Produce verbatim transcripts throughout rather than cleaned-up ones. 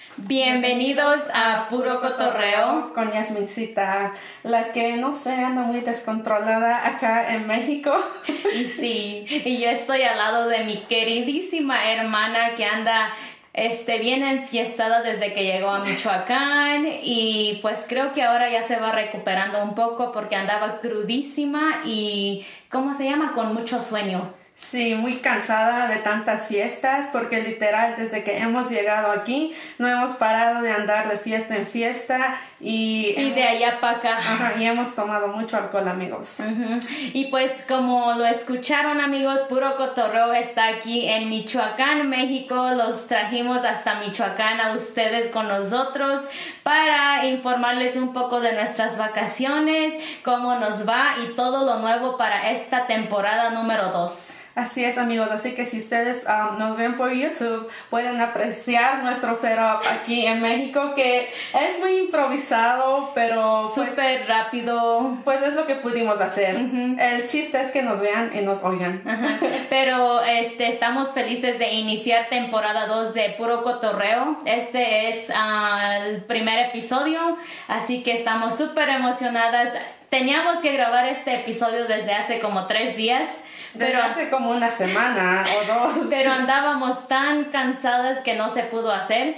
Bienvenidos a Puro Cotorreo con Yasmincita, la que no sé, anda muy descontrolada acá en México. Y sí, y yo estoy al lado de mi queridísima hermana que anda este, bien enfiestada desde que llegó a Michoacán y pues creo que ahora ya se va recuperando un poco porque andaba crudísima y, ¿cómo se llama? Con mucho sueño. Sí, muy cansada de tantas fiestas porque literal desde que hemos llegado aquí no hemos parado de andar de fiesta en fiesta y, y hemos, de allá para acá. Ajá, y hemos tomado mucho alcohol, amigos. Uh-huh. Y pues como lo escucharon, amigos, Puro Cotorreo está aquí en Michoacán, México. Los trajimos hasta Michoacán a ustedes con nosotros para informarles un poco de nuestras vacaciones, cómo nos va y todo lo nuevo para esta temporada número dos. Así es, amigos, así que si ustedes um, nos ven por YouTube pueden apreciar nuestro setup aquí en México, que es muy improvisado, pero súper pues, rápido. Pues es lo que pudimos hacer. Uh-huh. El chiste es que nos vean y nos oigan. Uh-huh. Pero este, estamos felices de iniciar temporada dos de Puro Cotorreo. Este es uh, el primer episodio, así que estamos súper emocionadas. Teníamos que grabar este episodio desde hace como tres días. Desde pero hace como una semana o dos. Pero andábamos tan cansadas que no se pudo hacer.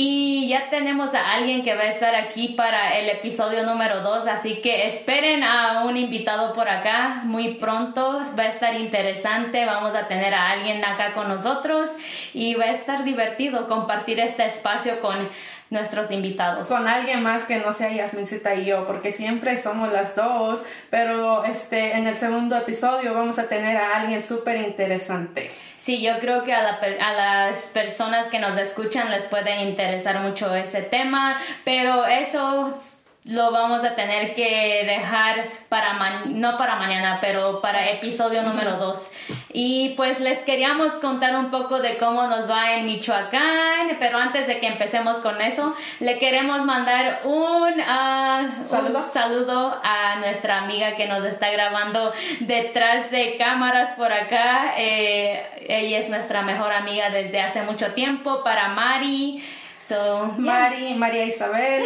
Y ya tenemos a alguien que va a estar aquí para el episodio número dos. Así que esperen a un invitado por acá muy pronto. Va a estar interesante. Vamos a tener a alguien acá con nosotros. Y va a estar divertido compartir este espacio con nuestros invitados. Con alguien más que no sea Yasmincita y yo, porque siempre somos las dos, pero este, en el segundo episodio vamos a tener a alguien súper interesante. Sí, yo creo que a, la, a las personas que nos escuchan les puede interesar mucho ese tema, pero eso lo vamos a tener que dejar para, man- no para mañana, pero para episodio número dos. Y pues les queríamos contar un poco de cómo nos va en Michoacán, pero antes de que empecemos con eso, le queremos mandar un, uh, ¿Saludo? un saludo a nuestra amiga que nos está grabando detrás de cámaras por acá. Eh, ella es nuestra mejor amiga desde hace mucho tiempo, para Mari. So, Mari, yeah. María Isabel.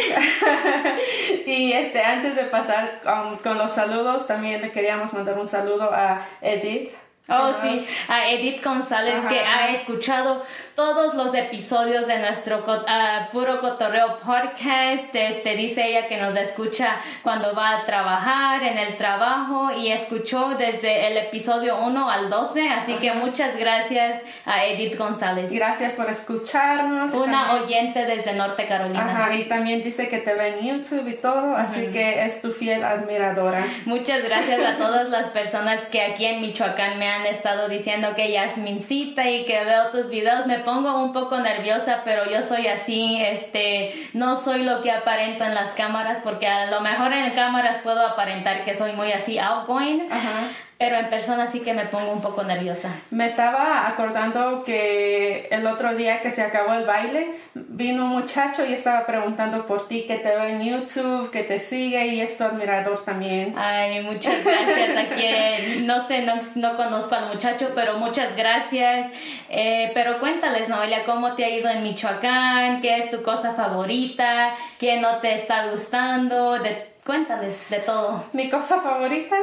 Y este, antes de pasar um, con los saludos, también le queríamos mandar un saludo a Edith. Oh, sí, a Edith González. Ajá. Que ha escuchado todos los episodios de nuestro uh, Puro Cotorreo podcast. Este, dice ella que nos escucha cuando va a trabajar, en el trabajo, y escuchó desde el episodio uno al doce, así Ajá. que muchas gracias a Edith González. Gracias por escucharnos. Una también... oyente desde Norte Carolina. Ajá, y también dice que te ve en YouTube y todo, así uh-huh. que es tu fiel admiradora. Muchas gracias a todas las personas que aquí en Michoacán me han han estado diciendo que Yasmincita y que veo tus videos. Me pongo un poco nerviosa, pero yo soy así, este, no soy lo que aparento en las cámaras, porque a lo mejor en cámaras puedo aparentar que soy muy así outgoing. Ajá. Pero en persona sí que me pongo un poco nerviosa. Me estaba acordando que el otro día que se acabó el baile, vino un muchacho y estaba preguntando por ti, que te ve en YouTube, que te sigue y es tu admirador también. Ay, muchas gracias. Aquí, no sé, no, no conozco al muchacho, pero muchas gracias. Eh, pero cuéntales, Noelia, ¿cómo te ha ido en Michoacán? ¿Qué es tu cosa favorita? ¿Qué no te está gustando? De, cuéntales de todo. ¿Mi cosa favorita?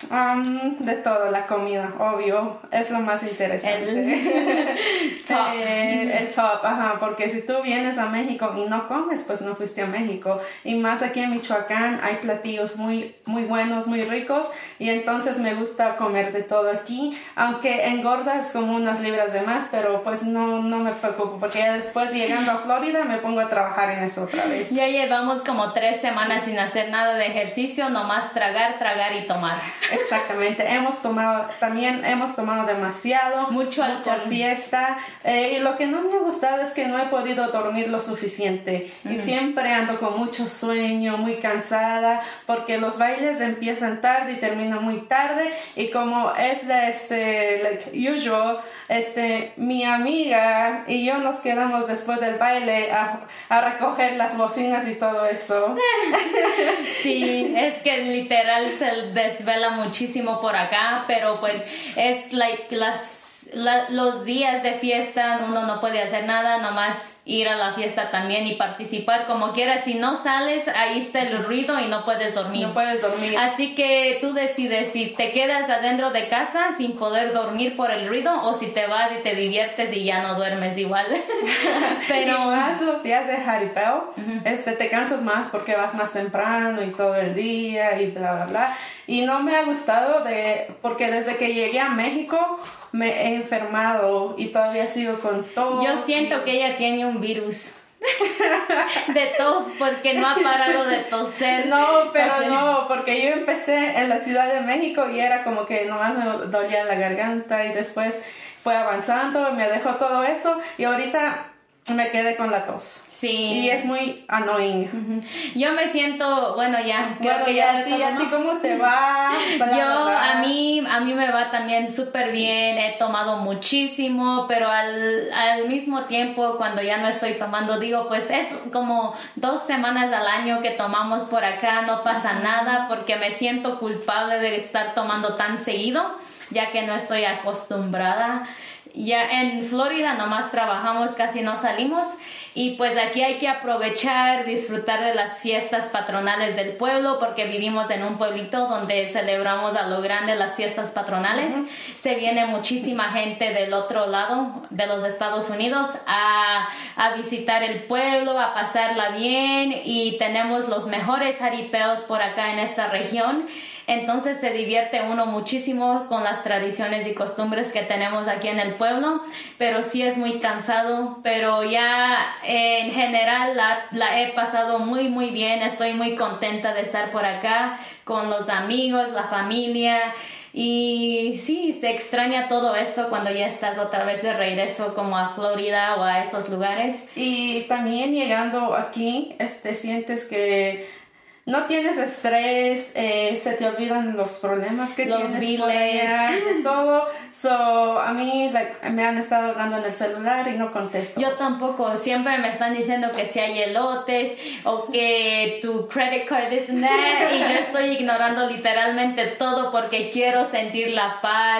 Um, de todo, la comida, obvio, es lo más interesante. El top. eh, el top, ajá, porque si tú vienes a México y no comes, pues no fuiste a México. Y más aquí en Michoacán hay platillos muy, muy buenos, muy ricos, y entonces me gusta comer de todo aquí, aunque engordas como unas libras de más, pero pues no, no me preocupo, porque ya después llegando a Florida me pongo a trabajar en eso otra vez. Ya llevamos como tres semanas sin hacer nada de ejercicio, nomás tragar, tragar y tomar. Exactamente, hemos tomado, también hemos tomado demasiado, mucho alcohol, mucha fiesta, eh, y lo que no me ha gustado es que no he podido dormir lo suficiente, uh-huh. y siempre ando con mucho sueño, muy cansada, porque los bailes empiezan tarde y terminan muy tarde, y como es de este, like usual, este, mi amiga y yo nos quedamos después del baile a, a recoger las bocinas y todo eso. Sí, es que literal se desvela muchísimo por acá, pero pues es like las la, los días de fiesta uno no puede hacer nada, nomás ir a la fiesta también y participar como quieras. Si no sales, ahí está el ruido y no puedes dormir. No puedes dormir. Así que tú decides si te quedas adentro de casa sin poder dormir por el ruido o si te vas y te diviertes y ya no duermes igual. Pero y más los días de jaripeo, uh-huh. este, te cansas más porque vas más temprano y todo el día y bla, bla, bla. Y no me ha gustado de, porque desde que llegué a México me he enfermado y todavía sigo con tos. Yo siento que ella tiene un virus de tos porque no ha parado de toser. No, pero no, porque yo empecé en la Ciudad de México y era como que nomás me dolía la garganta y después fue avanzando, me dejó todo eso y ahorita me quedé con la tos. Sí. Y es muy annoying. Uh-huh. Yo me siento, bueno, ya. Creo bueno, que y ya a ti, ¿a ti cómo te va? Bla, Yo, bla, bla. a mí, a mí me va también súper bien. He tomado muchísimo, pero al, al mismo tiempo, cuando ya no estoy tomando, digo, pues es como dos semanas al año que tomamos por acá, no pasa nada, porque me siento culpable de estar tomando tan seguido, ya que no estoy acostumbrada. Ya en Florida nomás trabajamos, casi no salimos y pues aquí hay que aprovechar, disfrutar de las fiestas patronales del pueblo porque vivimos en un pueblito donde celebramos a lo grande las fiestas patronales. Uh-huh. Se viene muchísima gente del otro lado de los Estados Unidos a, a visitar el pueblo, a pasarla bien y tenemos los mejores jaripeos por acá en esta región. Entonces se divierte uno muchísimo con las tradiciones y costumbres que tenemos aquí en el pueblo, pero sí es muy cansado, pero ya eh, en general la, la he pasado muy muy bien, estoy muy contenta de estar por acá con los amigos, la familia y sí, se extraña todo esto cuando ya estás otra vez de regreso como a Florida o a esos lugares. Y también llegando aquí, este, sientes que no tienes estrés, eh, se te olvidan los problemas que los tienes biles, por allá, todo. So, a mí like, me han estado hablando en el celular y no contesto. Yo tampoco, siempre me están diciendo que si hay elotes o que tu credit card is net y yo estoy ignorando literalmente todo porque quiero sentir la paz,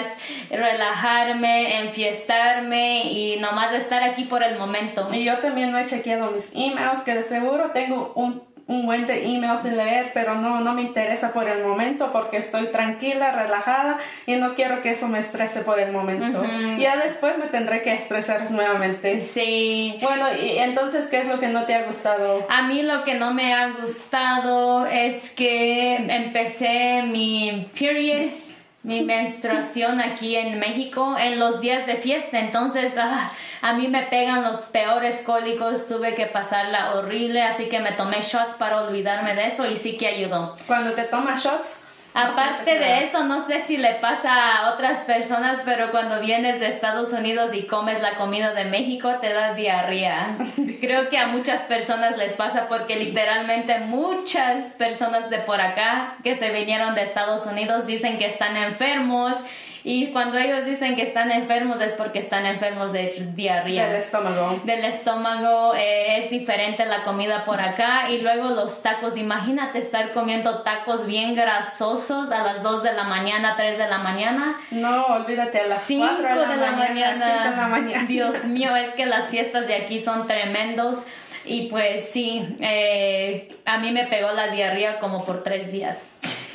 relajarme, enfiestarme y nomás estar aquí por el momento. Y yo también no he chequeado mis emails, que de seguro tengo un un buen de emails sin leer, pero no, no me interesa por el momento porque estoy tranquila, relajada y no quiero que eso me estrese por el momento. Uh-huh. Ya después me tendré que estresar nuevamente. Sí. Bueno, y entonces, ¿qué es lo que no te ha gustado? A mí lo que no me ha gustado es que empecé mi period, mi menstruación aquí en México en los días de fiesta, entonces ah, a mí me pegan los peores cólicos, tuve que pasarla horrible, así que me tomé shots para olvidarme de eso y sí que ayudó. Cuando te tomas shots, aparte no de eso, no sé si le pasa a otras personas, pero cuando vienes de Estados Unidos y comes la comida de México, te da diarrea. Creo que a muchas personas les pasa porque literalmente muchas personas de por acá que se vinieron de Estados Unidos dicen que están enfermos. Y cuando ellos dicen que están enfermos es porque están enfermos de diarrea. Del estómago. Del estómago, eh, es diferente la comida por acá. Y luego los tacos, imagínate estar comiendo tacos bien grasosos a las dos de la mañana, tres de la mañana. No, olvídate, a las cuatro de la, de la mañana, cinco de la mañana. Dios mío, es que las fiestas de aquí son tremendos. Y pues sí, eh, a mí me pegó la diarrea como por tres días.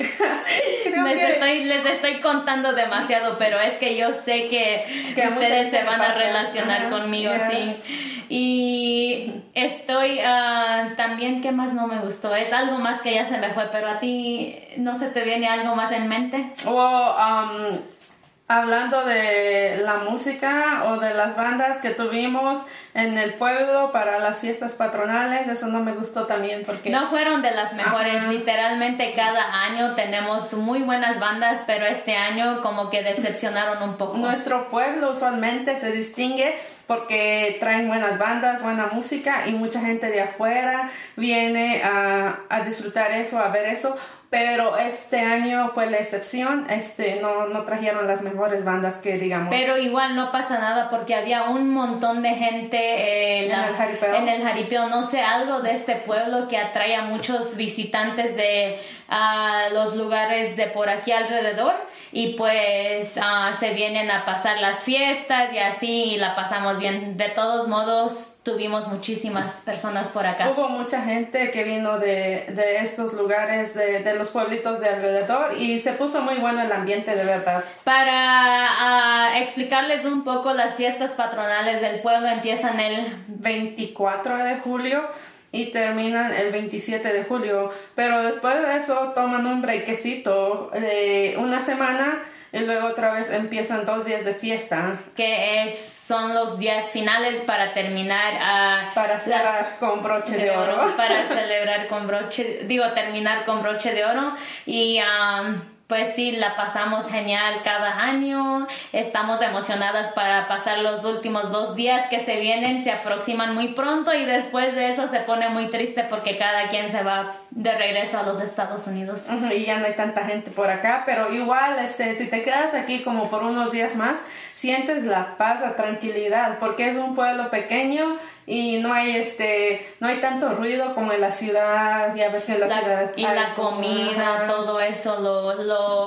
les, que... estoy, les estoy contando demasiado, pero es que yo sé que, que ustedes se van pasa. a relacionar uh-huh. conmigo, yeah. sí. Y estoy uh, también, ¿qué más no me gustó? Es algo más que ya se me fue, pero a ti ¿no se te viene algo más en mente? Oh, um, hablando de la música o de las bandas que tuvimos en el pueblo para las fiestas patronales, eso no me gustó también porque no fueron de las mejores. Ajá. Literalmente cada año tenemos muy buenas bandas, pero este año como que decepcionaron un poco. Nuestro pueblo usualmente se distingue porque traen buenas bandas, buena música y mucha gente de afuera viene a, a disfrutar eso, a ver eso. pero este año fue la excepción, este, no, no trajeron las mejores bandas que digamos. Pero igual no pasa nada porque había un montón de gente eh, en, la, el jaripeo. en el jaripeo, no sé, algo de este pueblo que atrae a muchos visitantes de uh, los lugares de por aquí alrededor y pues uh, se vienen a pasar las fiestas y así y la pasamos bien. De todos modos, tuvimos muchísimas personas por acá. Hubo mucha gente que vino de, de estos lugares, de, de los pueblitos de alrededor y se puso muy bueno el ambiente, de verdad. Para uh, explicarles un poco, las fiestas patronales del pueblo empiezan el veinticuatro de julio y terminan el veintisiete de julio, pero después de eso toman un brequecito de una semana y luego otra vez empiezan dos días de fiesta. Que es, son los días finales para terminar a... Uh, para cerrar la, con broche de, de oro. oro. Para celebrar con broche, digo, terminar con broche de oro. Y um, pues sí, la pasamos genial cada año. Estamos emocionadas para pasar los últimos dos días que se vienen, se aproximan muy pronto y después de eso se pone muy triste porque cada quien se va de regreso a los Estados Unidos. Uh-huh, y ya no hay tanta gente por acá, pero igual este, si te quedas aquí como por unos días más, sientes la paz, la tranquilidad, porque es un pueblo pequeño y no hay este no hay tanto ruido como en la ciudad. Ya ves que en la, la ciudad y la comida, ajá, todo eso, lo, lo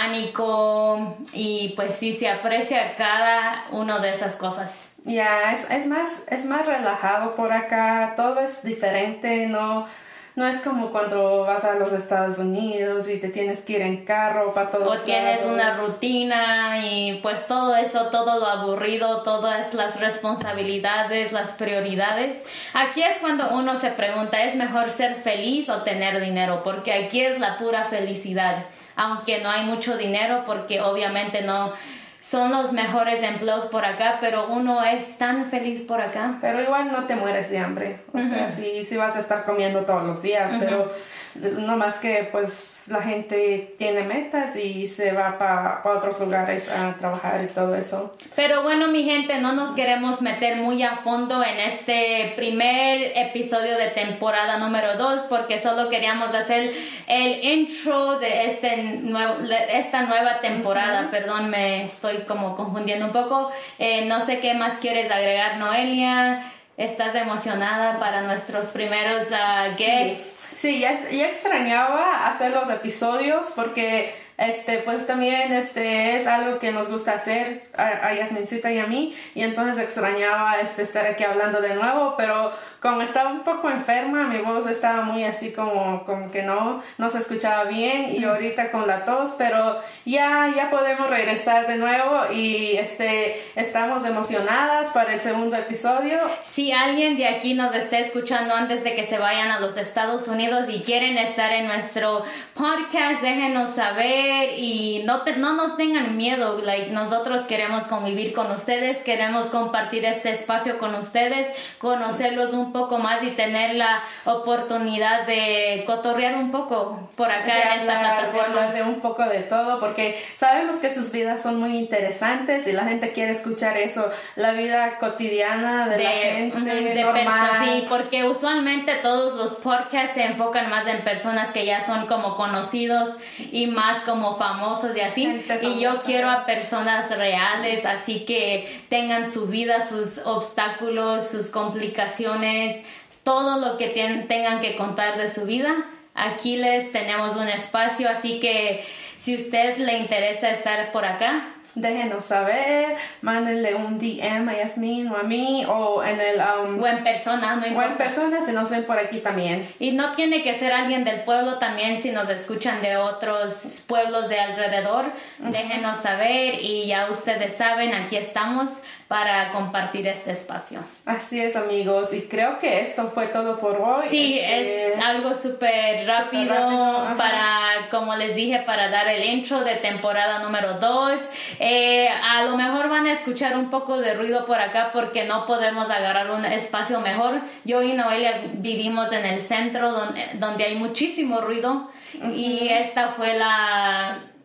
orgánico, y pues sí se aprecia cada una de esas cosas. Ya, yeah, es, es más es más relajado por acá, todo es diferente, no No es como cuando vas a los Estados Unidos y te tienes que ir en carro para todos lados. O tienes una rutina y pues todo eso, todo lo aburrido, todas las responsabilidades, las prioridades. Aquí es cuando uno se pregunta, ¿es mejor ser feliz o tener dinero? Porque aquí es la pura felicidad, aunque no hay mucho dinero porque obviamente no... Son los mejores empleos por acá, pero uno es tan feliz por acá. Pero igual no te mueres de hambre. O uh-huh. sea, sí, sí vas a estar comiendo todos los días, uh-huh. pero no más que pues la gente tiene metas y se va para pa otros lugares a trabajar y todo eso. Pero bueno, mi gente, no nos queremos meter muy a fondo en este primer episodio de temporada número dos porque solo queríamos hacer el intro de este nuevo, esta nueva temporada. Uh-huh. Perdón, me estoy como confundiendo un poco. Eh, no sé qué más quieres agregar, Noelia. ¿Estás emocionada para nuestros primeros uh, guests? Sí, sí ya, ya extrañaba hacer los episodios porque este pues también este es algo que nos gusta hacer a, a Yasmincita y a mí, y entonces extrañaba este estar aquí hablando de nuevo, pero como estaba un poco enferma, mi voz estaba muy así como, como que no, no se escuchaba bien, y ahorita con la tos, pero ya, ya podemos regresar de nuevo y este estamos emocionadas para el segundo episodio. Si alguien de aquí nos está escuchando antes de que se vayan a los Estados Unidos y quieren estar en nuestro podcast, déjenos saber y no, te, no nos tengan miedo. Like, nosotros queremos convivir con ustedes, queremos compartir este espacio con ustedes, conocerlos un poco más y tener la oportunidad de cotorrear un poco por acá de en esta hablar, plataforma. De hablar de un poco de todo, porque sabemos que sus vidas son muy interesantes y la gente quiere escuchar eso, la vida cotidiana de, de la gente de, de normal. Perso- sí, porque usualmente todos los podcasts se enfocan más en personas que ya son como conocidos y más como famosos y así, gente y yo famosa. quiero a personas reales, así que tengan su vida, sus obstáculos, sus complicaciones, todo lo que ten- tengan que contar de su vida. Aquí les tenemos un espacio, así que si a usted le interesa estar por acá, déjenos saber, mándenle un D M a Yasmin o a mí, o en el um, o en persona, no importa. o en persona si nos ven por aquí también. Y no tiene que ser alguien del pueblo, también si nos escuchan de otros pueblos de alrededor, uh-huh. déjenos saber, y ya ustedes saben, aquí estamos para compartir este espacio. Así es, amigos, y creo que esto fue todo por hoy. Sí, este, es algo súper rápido, rápido para, como les dije, para dar el intro de temporada número dos. Eh, a lo mejor van a escuchar un poco de ruido por acá porque no podemos agarrar un espacio mejor. Yo y Noelia vivimos en el centro donde, donde hay muchísimo ruido, uh-huh. y esta fue la...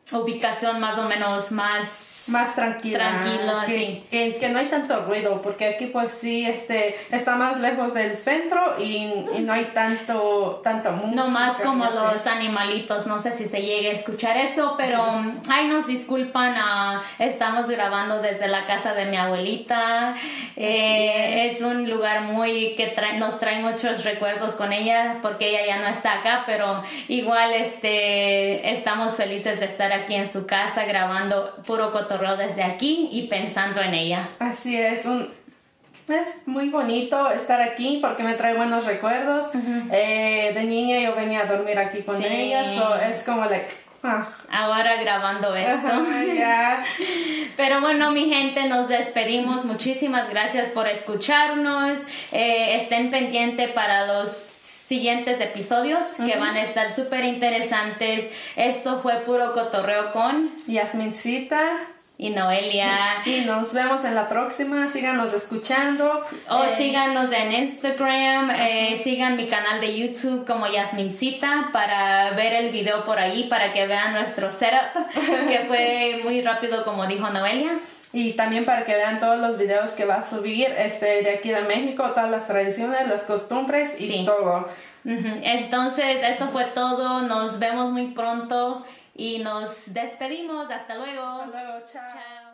ubicación más o menos más más tranquila, tranquilo, que, así. que, que no hay tanto ruido, porque aquí pues sí este está más lejos del centro y, y no hay tanto tanto música. No más como así. los animalitos, no sé si se llegue a escuchar eso, pero uh-huh. Ay, nos disculpan, uh, estamos grabando desde la casa de mi abuelita. Eh, es. es un lugar muy que trae, nos trae muchos recuerdos con ella, porque ella ya no está acá, pero igual este estamos felices de estar aquí en su casa grabando puro cotorreo desde aquí y pensando en ella. Así es, un, es muy bonito estar aquí porque me trae buenos recuerdos. Uh-huh. Eh, de niña yo venía a dormir aquí con sí. ella, so es como like... Ah. Ahora grabando esto. Uh-huh, yeah. Pero bueno, mi gente, nos despedimos. Muchísimas gracias por escucharnos. Eh, estén pendientes para los siguientes episodios uh-huh. que van a estar súper interesantes. Esto fue Puro Cotorreo con Yasmincita y Noelia. Y nos vemos en la próxima. Síganos escuchando. O eh, síganos en Instagram. Eh, sigan mi canal de YouTube como Yasmincita para ver el video por ahí, para que vean nuestro setup, que fue muy rápido, como dijo Noelia. Y también para que vean todos los videos que va a subir este, de aquí de México, todas las tradiciones, las costumbres y sí. todo. Uh-huh. Entonces, eso fue todo. Nos vemos muy pronto. Y nos despedimos. Hasta luego. Hasta luego. Chao. Chao.